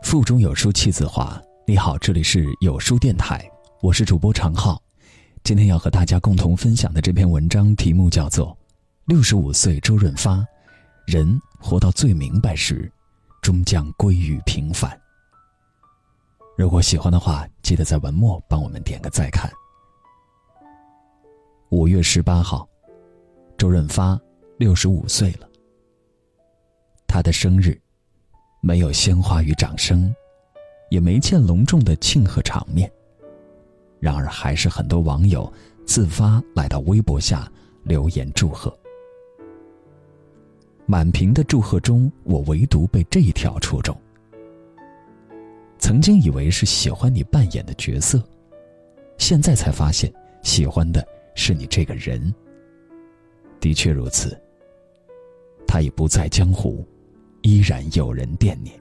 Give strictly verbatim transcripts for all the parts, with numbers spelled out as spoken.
腹中有书气自华。你好，这里是有书电台，我是主播常浩。今天要和大家共同分享的这篇文章题目叫做六十五岁周润发，人活到最明白时，终将归于平凡。如果喜欢的话，记得在文末帮我们点个再看。五月十八号，周润发六十五岁了。他的生日没有鲜花与掌声，也没见隆重的庆贺场面，然而还是很多网友自发来到微博下留言祝贺。满屏的祝贺中，我唯独被这一条戳中。曾经以为是喜欢你扮演的角色，现在才发现喜欢的是你这个人。的确如此，他已不在江湖，依然有人惦念。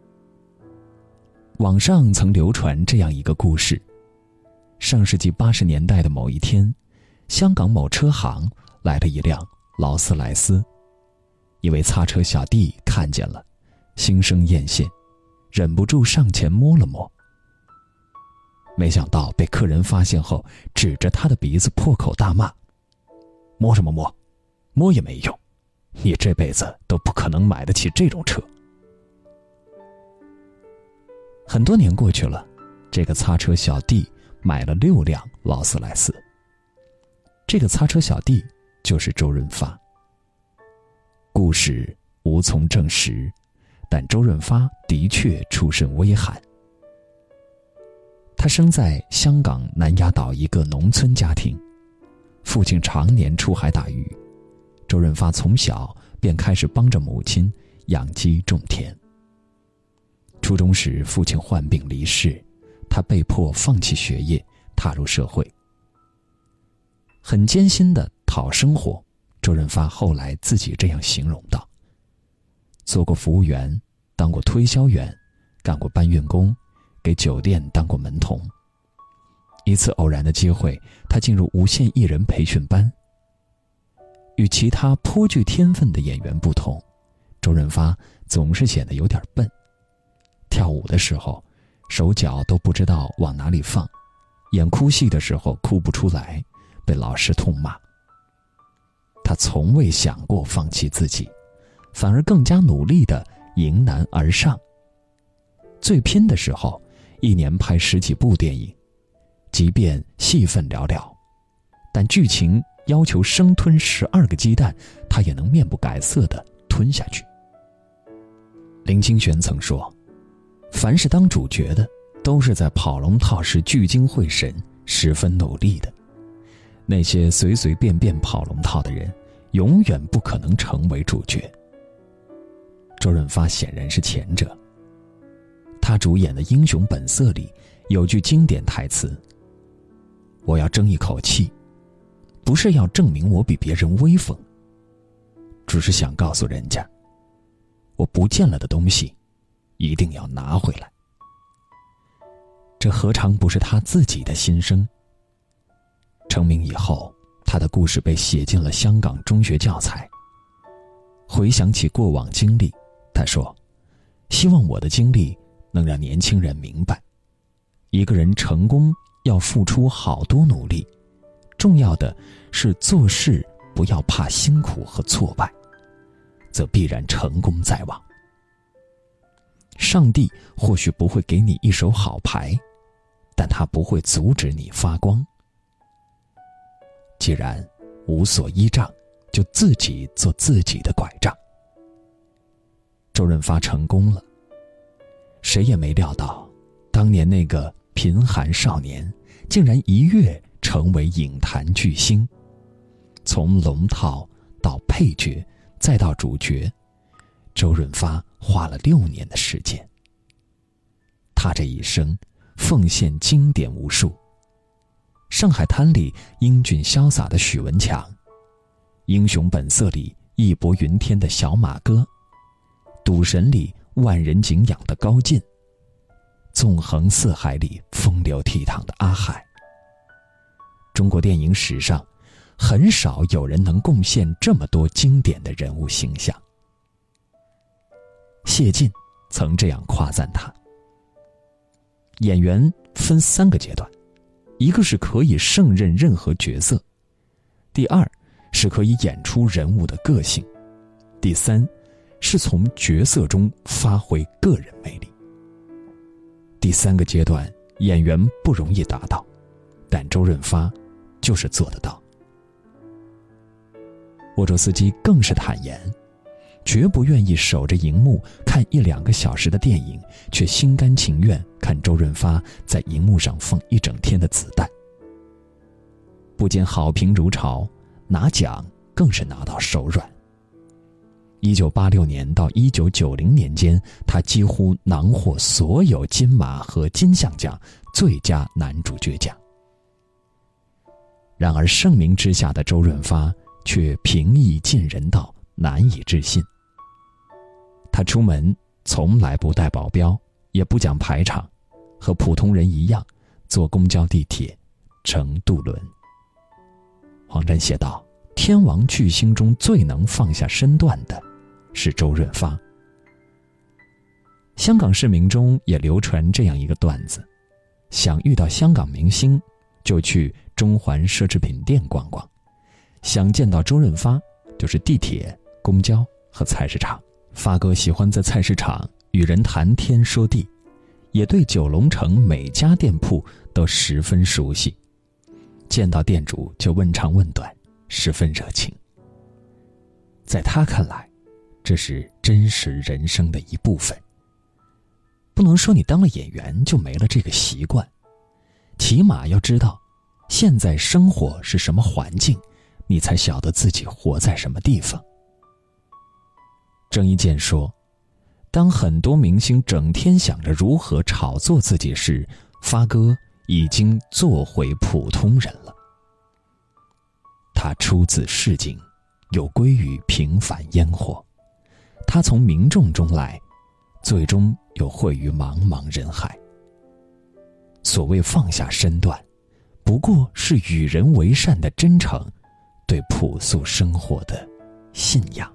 网上曾流传这样一个故事：上世纪八十年代的某一天，香港某车行来了一辆劳斯莱斯，一位擦车小弟看见了，心生艳羡，忍不住上前摸了摸。没想到被客人发现后，指着他的鼻子破口大骂：摸什么摸，摸也没用，你这辈子都不可能买得起这种车。很多年过去了，这个擦车小弟买了六辆劳斯莱斯。这个擦车小弟就是周润发。故事无从证实，但周润发的确出身微寒。他生在香港南丫岛一个农村家庭，父亲常年出海打鱼，周润发从小便开始帮着母亲养鸡种田。初中时父亲患病离世，他被迫放弃学业，踏入社会。很艰辛的讨生活，周润发后来自己这样形容道：做过服务员，当过推销员，干过搬运工，给酒店当过门童。一次偶然的机会，他进入无线艺人培训班。与其他颇具天分的演员不同，周润发总是显得有点笨。跳舞的时候，手脚都不知道往哪里放，演哭戏的时候哭不出来，被老师痛骂。他从未想过放弃自己，反而更加努力地迎难而上。最拼的时候，一年拍十几部电影，即便戏份寥寥，但剧情要求生吞十二个鸡蛋，他也能面不改色地吞下去。林清玄曾说，凡是当主角的，都是在跑龙套时聚精会神，十分努力的。那些随随便便跑龙套的人，永远不可能成为主角。周润发显然是前者。他主演的《英雄本色》里有句经典台词：我要争一口气，不是要证明我比别人威风，只是想告诉人家，我不见了的东西一定要拿回来。这何尝不是他自己的心声？成名以后，他的故事被写进了香港中学教材。回想起过往经历，他说，希望我的经历能让年轻人明白，一个人成功要付出好多努力，重要的是做事不要怕辛苦和挫败，则必然成功在望。上帝或许不会给你一手好牌，但他不会阻止你发光。既然无所依仗，就自己做自己的拐杖。周润发成功了，谁也没料到，当年那个贫寒少年，竟然一跃成为影坛巨星。从龙套到配角，再到主角，周润发花了六年的时间。他这一生奉献经典无数。上海滩里英俊潇洒的许文强，英雄本色里义薄云天的小马哥，赌神里万人敬仰的高进，纵横四海里风流倜傥的阿海。中国电影史上很少有人能贡献这么多经典的人物形象。谢晋曾这样夸赞他： 演员分三个阶段，一个是可以胜任任何角色，第二是可以演出人物的个性，第三是从角色中发挥个人魅力。第三个阶段演员不容易达到，但周润发就是做得到。沃卓斯基更是坦言，绝不愿意守着荧幕看一两个小时的电影，却心甘情愿看周润发在荧幕上放一整天的子弹。不仅好评如潮，拿奖更是拿到手软。一九八六年到一九九零年间，他几乎囊获所有金马和金像奖最佳男主角奖。然而盛名之下的周润发却平易近人到难以置信。他出门从来不带保镖，也不讲排场，和普通人一样坐公交、地铁、乘渡轮。黄沾写道，天王巨星中最能放下身段的是周润发。香港市民中也流传这样一个段子，想遇到香港明星就去中环奢侈品店逛逛，想见到周润发就是地铁、公交和菜市场。发哥喜欢在菜市场与人谈天说地，也对九龙城每家店铺都十分熟悉，见到店主就问长问短，十分热情。在他看来，这是真实人生的一部分。不能说你当了演员就没了这个习惯，起码要知道现在生活是什么环境，你才晓得自己活在什么地方。郑伊健说，当很多明星整天想着如何炒作自己时，发哥已经做回普通人了。他出自市井，又归于平凡烟火。他从民众中来，最终又汇于茫茫人海。所谓放下身段，不过是与人为善的真诚，对朴素生活的信仰。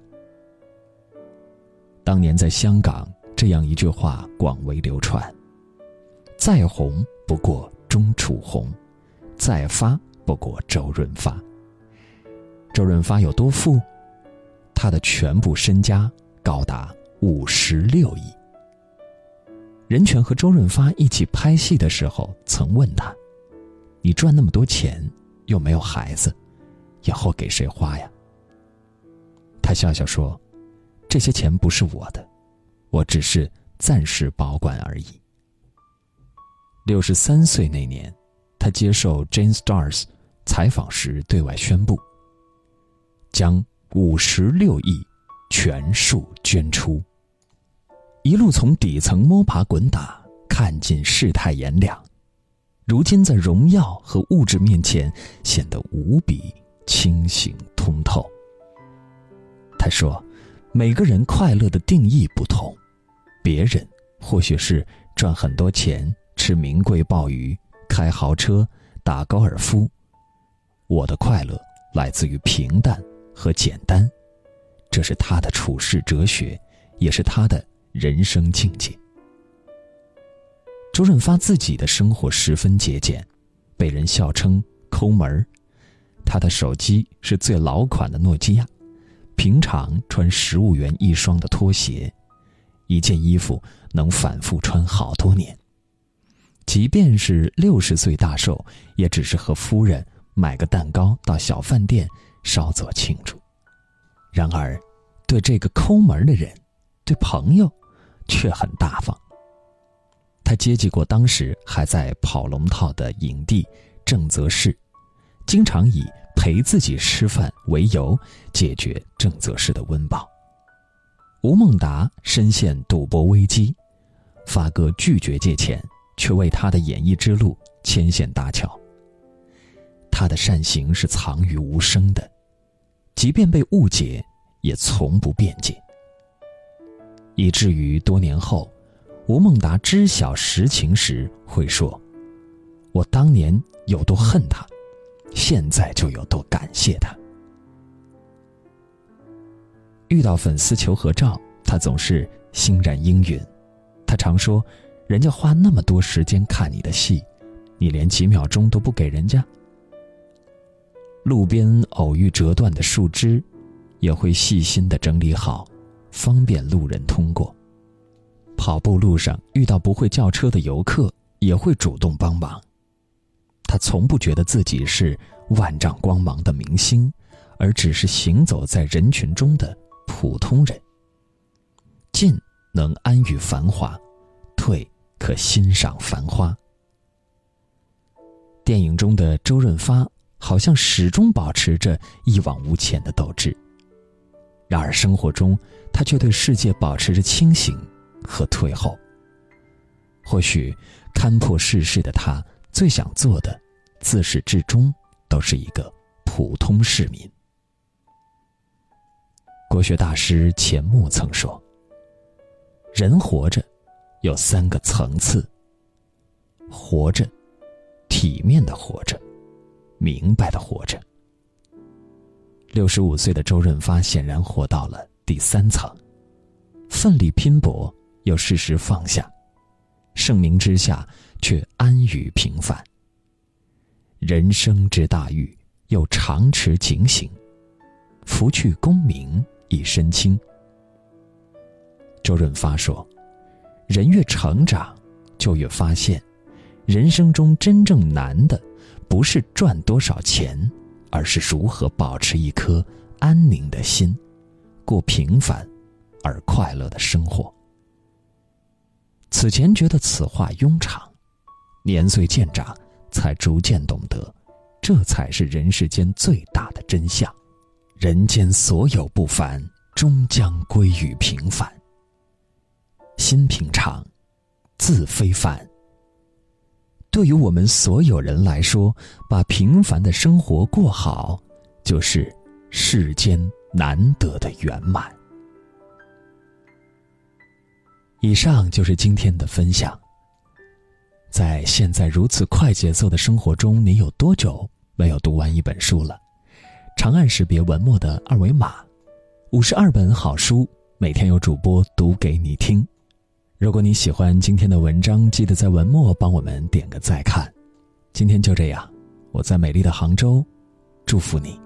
当年在香港，这样一句话广为流传：再红不过钟楚红，再发不过周润发。周润发有多富？他的全部身家高达五十六亿。任泉和周润发一起拍戏的时候，曾问他：你赚那么多钱，又没有孩子，以后给谁花呀？他笑笑说，这些钱不是我的，我只是暂时保管而已。六十三岁那年，他接受 Jane Stars 采访时对外宣布，将五十六亿全数捐出。一路从底层摸爬滚打，看尽世态炎凉，如今在荣耀和物质面前显得无比清醒通透。他说，每个人快乐的定义不同，别人或许是赚很多钱，吃名贵鲍鱼，开豪车，打高尔夫。我的快乐来自于平淡和简单，这是他的处世哲学，也是他的人生境界。周润发自己的生活十分节俭，被人笑称抠门。他的手机是最老款的诺基亚，平常穿十五元一双的拖鞋，一件衣服能反复穿好多年。即便是六十岁大寿，也只是和夫人买个蛋糕到小饭店稍作庆祝。然而对这个抠门的人，对朋友却很大方。他接济过当时还在跑龙套的影帝郑则仕，经常以陪自己吃饭为由解决郑则仕的温饱。吴孟达深陷赌博危机，发哥拒绝借钱，却为他的演艺之路牵线搭桥。他的善行是藏于无声的，即便被误解，也从不辩解。以至于多年后，吴孟达知晓实情时会说，我当年有多恨他，现在就有多感谢他。遇到粉丝求合照，他总是欣然应允。他常说， 人家花那么多时间看你的戏，你连几秒钟都不给人家？路边偶遇折断的树枝，也会细心地整理好，方便路人通过。跑步路上遇到不会叫车的游客，也会主动帮忙。他从不觉得自己是万丈光芒的明星，而只是行走在人群中的普通人。进能安于繁华，退可欣赏繁花。电影中的周润发好像始终保持着一往无前的斗志，然而生活中他却对世界保持着清醒和退后。或许看破世事的他最想做的，自始至终都是一个普通市民。国学大师钱穆曾说，人活着有三个层次：活着，体面的活着，明白的活着。六十五岁的周润发显然活到了第三层，奋力拼搏又适时放下，盛名之下却安于平凡。人生之大欲，又常持警醒，拂去功名一身轻。周润发说，人越成长，就越发现，人生中真正难的，不是赚多少钱，而是如何保持一颗安宁的心，过平凡而快乐的生活。此前觉得此话庸常，年岁渐长，才逐渐懂得，这才是人世间最大的真相。人间所有不凡，终将归于平凡。心平常，自非凡。对于我们所有人来说，把平凡的生活过好，就是世间难得的圆满。以上就是今天的分享。在现在如此快节奏的生活中，你有多久没有读完一本书了？长按识别文末的二维码，五十二本好书，每天有主播读给你听。如果你喜欢今天的文章，记得在文末帮我们点个再看。今天就这样，我在美丽的杭州，祝福你。